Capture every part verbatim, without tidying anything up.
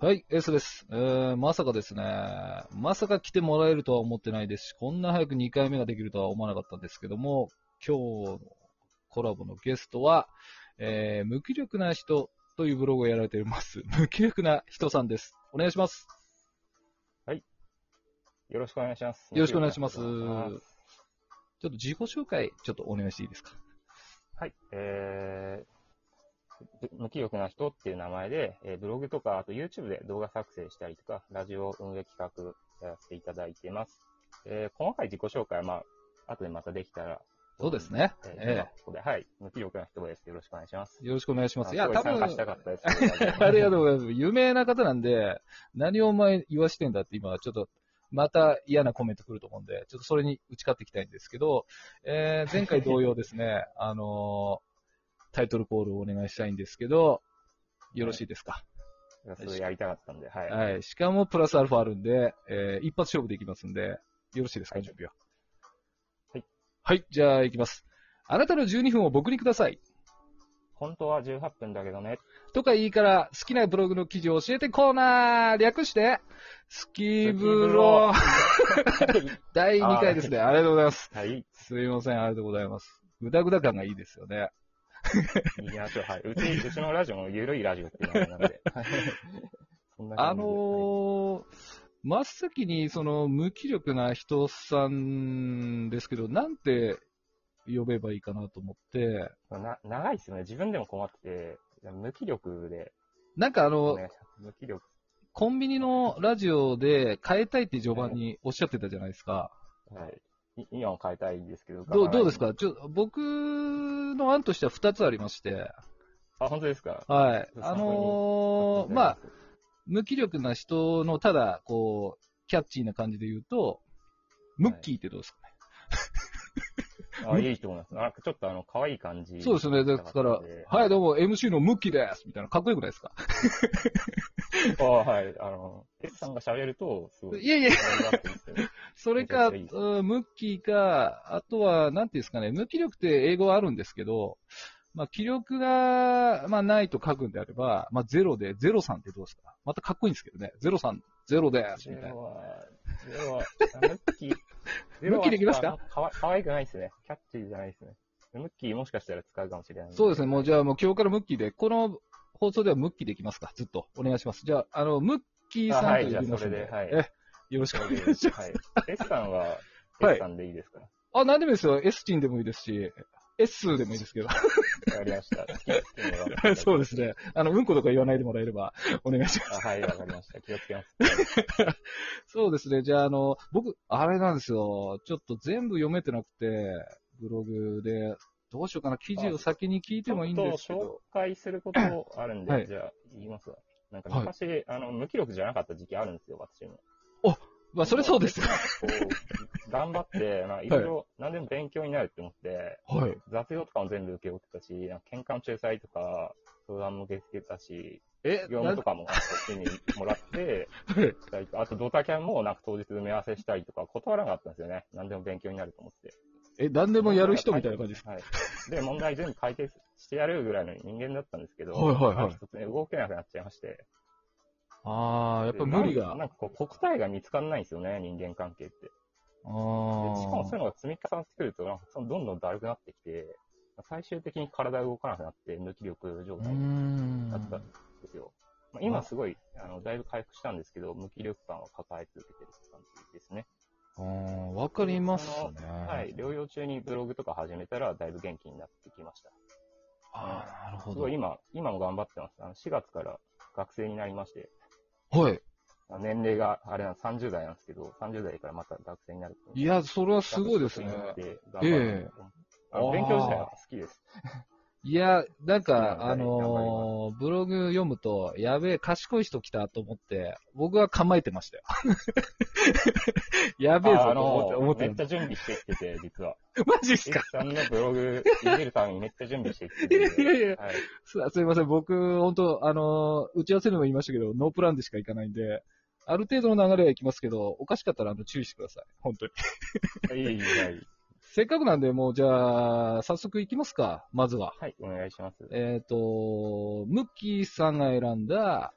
はい、S です。えー、まさかですね。まさか来てもらえるとは思ってないですし、こんな早くにかいめができるとは思わなかったんですけども、今日のコラボのゲストは、えー、無気力な人というブログをやられています。無気力な人さんです。お願いします。 はい。よろしくお願いします。 よろしくお願いします。ち無気力な人と申します。 ょっと自己紹介、ちょっとお願いしていいですか。 はい。えー、無気力な人っていう名前で、えーブログとか、あと YouTube で動画作成したりとか、ラジオ運営企画やらせていただいてます。えー、細かい自己紹介は、まあ、後でまたできたらそうですね。 えー、 え今ここで、はい。無気力な人です。よろしくお願いします。 ー、よろしくお願いします。いや、 あすごい多分、 参加したかったです。 ありがとうございます。有名な方なんで、何をお前言わしてんだって今、ちょっと、また嫌なコメント来ると思うんで、ちょっとそれに打ち勝っていきたいんですけど、えー、前回同様ですね、あのータイトルコールをお願いしたいんですけど、よろしいですか。 それやりたかったんで、はい。 はい。しかも、プラスアルファあるんで、えー、一発勝負できますんで、よろしいですか、 はい準備は。 はい。 はい、じゃあ、いきます。あなたのじゅうにふんを僕にください。 本当はじゅうはっぷんだけどね。 とかいいから、好きなブログの記事を教えてコーナー略して、スキブロだいにかいですね。ありがとうございます。 はい。 すいません、ありがとうございます。ぐだぐだ感がいいですよね。 いきましょう。はい。うち、うちのラジオもゆるいラジオっていうのなので。そんな感じであのー、はい、真っ先に、その、無気力な人さんですけど、なんて呼べばいいかなと思って。 な、長いですよね。自分でも困ってて、無気力で。 なんかあの、 無気力。 コンビニのラジオで変えたいって序盤におっしゃってたじゃないですか。 はい。今も変えたいんですけど。 どう、どうですかちょ、僕の案としてはふたつありまして。 あ、本当ですか。 はい。あのー、まあ、無気力な人のただ、こう、キャッチーな感じで言うと、ムッキーってどうですかね。 はい、あ、いいと思います。なんかちょっとあの、可愛い感じ。 そうですね。だから、はい、どうも エムシー のムッキーですみたいな、かっこよくないですか。 あ、はい。あの、S さんが喋ると、すごい。 いやいや、それか、ムッキーか、あとは、なんていうんですかね、無気力って英語はあるんですけど、まあ、気力が、まあ、ないと書くんであれば、まあ、ゼロで、ゼロさんってどうですか。またかっこいいんですけどね。ゼロさん、ゼロです、みたいな。ゼロは、 ゼロは、ムッキー。 ムッキーできますか。 かわ、かわいくないですね。キャッチーじゃないですね。ムッキーもしかしたら使うかもしれない。 そうですね。もうじゃあもう今日からムッキーで、この放送ではムッキーできますか。ずっと。お願いします。じゃあ、あの、ムッキーさんと呼びますので。はい、じゃあそれで、はい。え、よろしくお願いします。はい。 S さんは、S さんでいいですか、はい、 あ、なんでもいいですよ。S チンでもいいですし、S でもいいですけど。わかりました。 そうですね。あの、うんことか言わないでもらえれば、お願いします。 はい、わかりました。気をつけます。 そうですね。じゃあ、あの、僕、あれなんですよ。ちょっと全部読めてなくて、ブログで、どうしようかな。記事を先に聞いてもいいんですけど。 ちょっと紹介することあるんで、はい、じゃあ、言いますわ。なんか昔、はい、あの、無気力じゃなかった時期あるんですよ、私も。 お、まあ、それそうですよ。 頑張って、まあ、いろいろ、何でも勉強になるって思って、 はい、 雑用とかも全部受け負ってたし、喧嘩の仲裁とか、相談も受け付けたし、 え業務とかもこっちにもらって、はい、あとドタキャンもなんか当日埋め合わせしたりとか断らなかったんですよね。何でも勉強になると思って。 え、何でもやる人みたいな感じですか。 はい。で、問題全部解決してやるぐらいの人間だったんですけど、 はいはいはい。 一つね、動けなくなっちゃいまして。 ああ、やっぱ無理が。 なんかこう、答えが見つかんないんですよね、人間関係って。 ああ。 しかもそういうのが積み重なってくると、なんかどんどんだるくなってきて、最終的に体が動かなくなって、無気力状態になったんですよ。まあ、今すごい、あの、だいぶ回復したんですけど、無気力感を抱え続けてる感じですね。 ああ、わかりますね。 はい。療養中にブログとか始めたら、だいぶ元気になってきました。 ああ、なるほど。 すごい今、今も頑張ってます。あの、しがつから学生になりまして。 はい。 年齢が、あれな、さんじゅう代なんですけど、さんじゅう代からまた学生になる。 いや、それはすごいですね。 ええー。勉強自体は好きです。 いや、なんか、あのー、ブログ読むと、やべえ、賢い人来たと思って、僕は構えてましたよ。やべえぞと思って。 めっちゃ準備してきてて、実は。 マジっすか ?S さんのブログいじるためにめっちゃ準備してきてて。 いやいやいや、はい、す, すいません、僕、本当あのー、打ち合わせでも言いましたけど、ノープランでしか行かないんで、ある程度の流れは行きますけど、おかしかったらあの注意してください。本当に。 いい、いい、はい。 せっかくなんで、もうじゃあ、早速行きますか、まずは。 はい、お願いします。 えっと、ムッキーさんが選んだ、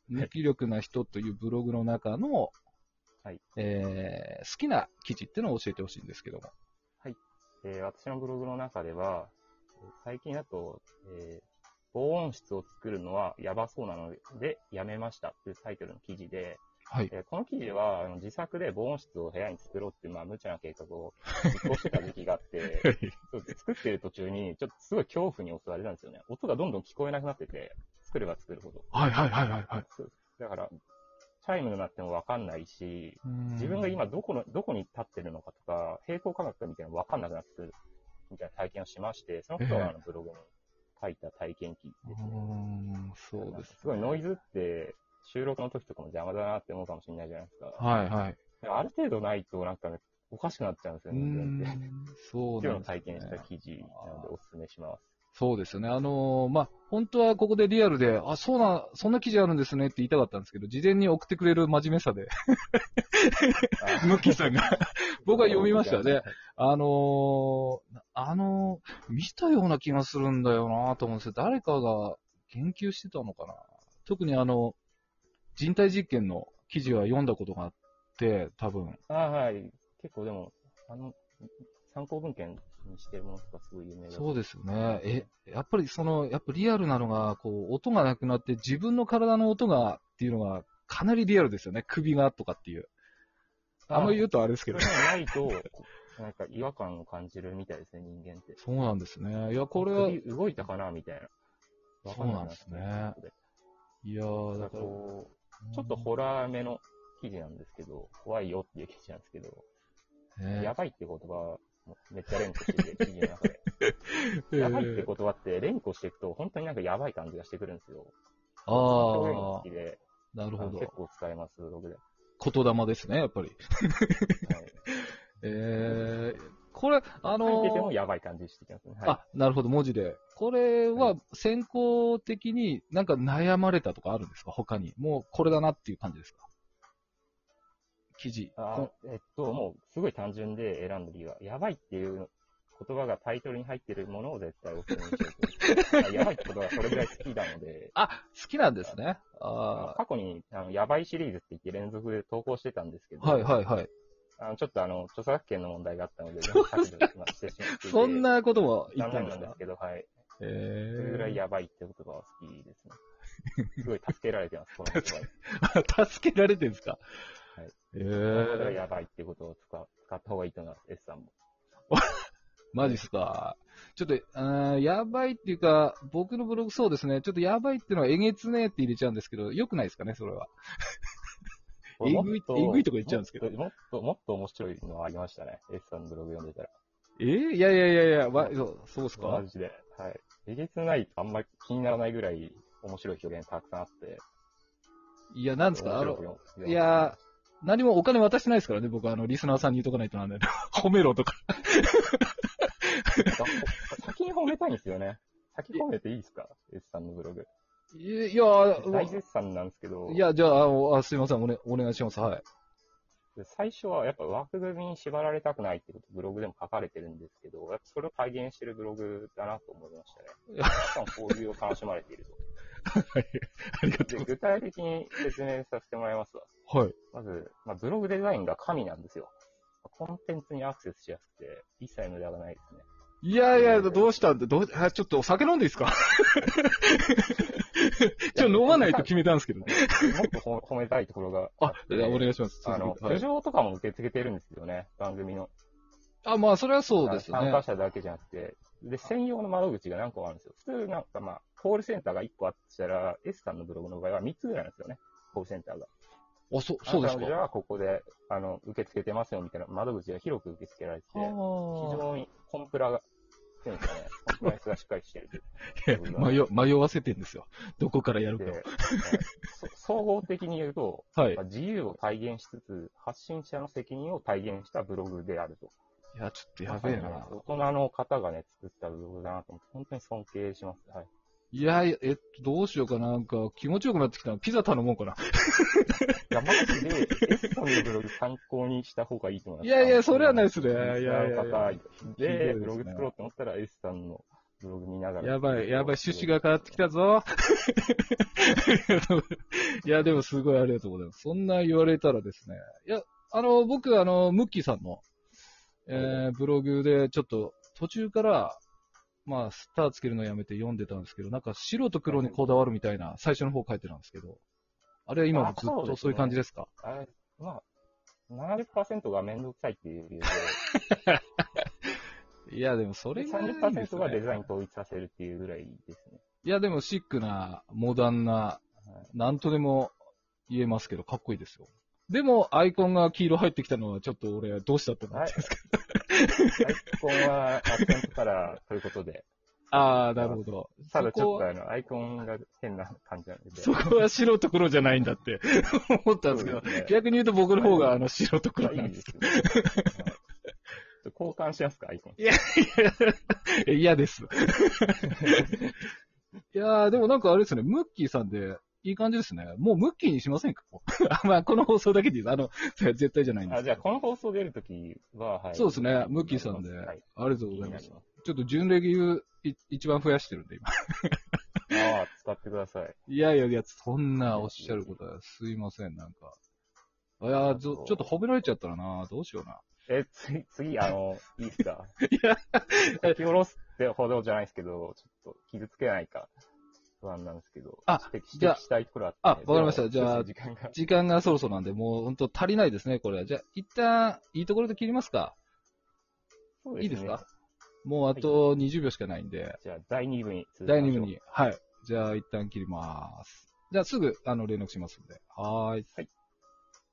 無気力な人というブログの中の、 はい。 えー、好きな記事っていうのを教えてほしいんですけども。 はい。えー、私のブログの中では、最近だと、えー、防音室を作るのはやばそうなのでやめましたというタイトルの記事で、 はい。 えー、この記事はあの自作で防音室を部屋に作ろうっていう、まあ、無茶な計画を実行してた時期があって、作ってる途中に、ちょっとすごい恐怖に襲われたんですよね。音がどんどん聞こえなくなってて、作れば作るほど。 はいはいはいはいはい。 だから、チャイムになってもわかんないし、自分が今どこの、どこに立ってるのかとか、平衡感覚みたいなのわかんなくなってくるみたいな体験をしまして、そのことはあのブログに書いた体験記ですね。 うん、そうです、ね。 すごいノイズって収録の時とかも邪魔だなって思うかもしれないじゃないですか。 はいはい。 ある程度ないとなんかね、おかしくなっちゃうんですよ、人間って。 そうなんですね。 今日の体験した記事なのでお勧めします。 そうですよね。あのー、まあ、本当はここでリアルで、あ、そうな、そんな記事あるんですねって言いたかったんですけど、事前に送ってくれる真面目さで、ムッキーさんが、僕は読みましたね。あのー、あのー、見たような気がするんだよなと思うんですよ。誰かが研究してたのかな。特にあの、人体実験の記事は読んだことがあって、多分。 あはい。結構でも、あの、参考文献にしてるものとかすごい有名だ。 そうですよね。え、やっぱりその、やっぱリアルなのが、こう、音がなくなって自分の体の音がっていうのがかなりリアルですよね。首がとかっていう。あんまり言うとあれですけど。 それがないと、なんか違和感を感じるみたいですね、人間って。 そうなんですね。いや、これは。 首動いたかなみたいな。 そうなんですね。いやー、だからこう、ちょっとホラーめの記事なんですけど、怖いよっていう記事なんですけど、やばいって言葉、めっちゃ連呼してて、記事の中で。やばいって言葉って連呼していくと、本当になんかやばい感じがしてくるんですよ。 ああ。 表現が好きで、 なるほど。 結構使えます、ブログで。 言霊ですね、やっぱり。はい、えー、これ、あのー、 書いててもやばい感じしてきますね。はい、 あ、なるほど、文字で。これは先行的になんか悩まれたとかあるんですか、他に。もうこれだなっていう感じですか、記事。 あえっと、もうすごい単純で選んだ理由は、やばいっていう言葉がタイトルに入ってるものを絶対お勧めしようと。やばいって言葉がそれぐらい好きなので。 あ、好きなんですね。あ過去にあのやばいシリーズって言って連続で投稿してたんですけど。 はいはいはい。 あのちょっとあの、著作権の問題があったので、全部削除してしまってそんなことも言ったんですか？残念なんですけど、はい。 えー、 それぐらいやばいって言葉は好きですね。すごい助けられてます、この言葉に。助けられてるんですか？ はい。 えー、 それやばいってことを使使った方がいいと思います、S さんも。 マジっすか。ちょっと、あやばいっていうか、僕のブログそうですね。ちょっとやばいっていうのはえげつねえって入れちゃうんですけど、よくないですかね、それは。えぐい、えぐいとか言っちゃうんですけど。 もっと、もっと面白いのはありましたね。S さんのブログ読んでたら。 えー、いやいやいやいや、ま、そう、そうっすか？ マジで。はい。えげつないとあんまり気にならないぐらい面白い表現たくさんあって。 いや、なんですかあの、いや、何もお金渡してないですからね、僕はあの、リスナーさんに言うとかないとなんだよ。褒めろとか。 先に褒めたいんですよね。先褒めていいですか？ S さんのブログ。 いや、 大絶賛なんですけど。 いや、じゃあ、あすいませんお、ね、お願いします。はい。 最初はやっぱ枠組みに縛られたくないってことブログでも書かれてるんですけど、やっぱそれを体現してるブログだなと思いましたね。しかも交流を楽しまれていると。 はい。ありがとう。 具体的に説明させてもらいますわ。 はい。 まず、まあ、ブログデザインが神なんですよ。コンテンツにアクセスしやすくて、一切無駄がないですね。 いやいや、どうしたんで、どう、あ、ちょっとお酒飲んでいいですか？ちょっと飲まないと決めたんですけどね。 もっと褒めたいところがあ、お願いします。 あの、苦情とかも受け付けてるんですよね、番組の。 あ、まあ、それはそうですよね。 参加者だけじゃなくて、で、専用の窓口が何個もあるんですよ。普通なんかまあ、コールセンターがいっこあったら、S さんのブログの場合はみっつぐらいなんですよね、コールセンターが。あ、そ、そうですか。じゃあ、ここで、あの、受け付けてますよみたいな窓口が広く受け付けられてて、非常にコンプラが、っていうんですかね、コンプライアンスがしっかりしてる。 いや、迷、迷わせてるんですよ。どこからやるか。 えー、総合的に言うと、はい、自由を体現しつつ、発信者の責任を体現したブログであると。 いや、ちょっとやべえな。 大人の方がね、作ったブログだなと思って、本当に尊敬します。はい。 いや、えっと、どうしようかな。なんか、気持ちよくなってきたら、ピザ頼もうかな。 いや、マジで、S さんのブログ参考にした方がいいと思います。 いやいや、それはないですね。いやいやいや。で、ブログ作ろうと思ったら、S さんのブログ見ながら。 やばい、やばい、趣旨が変わってきたぞ。いや、でもすごいありがとうございます。そんな言われたらですね。いや、あの、僕、あの、ムッキーさんの、えー、ブログでちょっと途中から、まあ、スターつけるのやめて読んでたんですけど、なんか白と黒にこだわるみたいな最初の方書いてたんですけど、あれは今もずっとそういう感じですか？ あれ、まあ、ななじゅっパーセント がめんどくさいっていう理由で。いや、でもそれで、 がいいんですね。 さんじゅっパーセント がデザイン統一させるっていうぐらいですね。 いや、でもシックな、モダンな、なんとでも言えますけど、かっこいいですよ。でも、アイコンが黄色入ってきたのは、ちょっと俺、どうしたって思ってるんですけど。 アイコンはアクセントカラーということで。 ああ、なるほど。 ただちょっとあの、アイコンが変な感じなんで。 そこは白と黒じゃないんだって思ったんですけど、ね、逆に言うと僕の方があの白と黒なんですけど。いいですよ交換しますか、アイコン。 いやいや、嫌です。いやー、でもなんかあれですね、ムッキーさんで、いい感じですね。もうムッキーにしませんかまあ、この放送だけで言うと、あの、絶対じゃないんですけど。 あ、じゃあ、この放送出るときは、はい。 そうですね、ムッキーさんで、はい、ありがとうございます。ちょっと準レギュ一番増やしてるんで、今。 ああ、使ってください。 いやいやいや、そんなおっしゃることは、すいません、なんか。いやちょっと褒められちゃったらな、どうしような。 え、次、次、あの、いいっすかいや、 書き下ろすってほどじゃないですけど、ちょっと傷つけないか不安なんですけど。 あ、 指摘、指摘したいところあって、 あ、わかりました。じゃあ、 時間が。 時間がそろそろなんで、もう本当足りないですね、これは。じゃあ、一旦、いいところで切りますか。 そうですね。 いいですか？もうあとにじゅうびょうしかないんで。 じゃあ、だいに部に続きましょう。 だいに部に。はい。じゃあ、一旦切ります。じゃあ、すぐ、あの、連絡しますんで。はーい。 はい。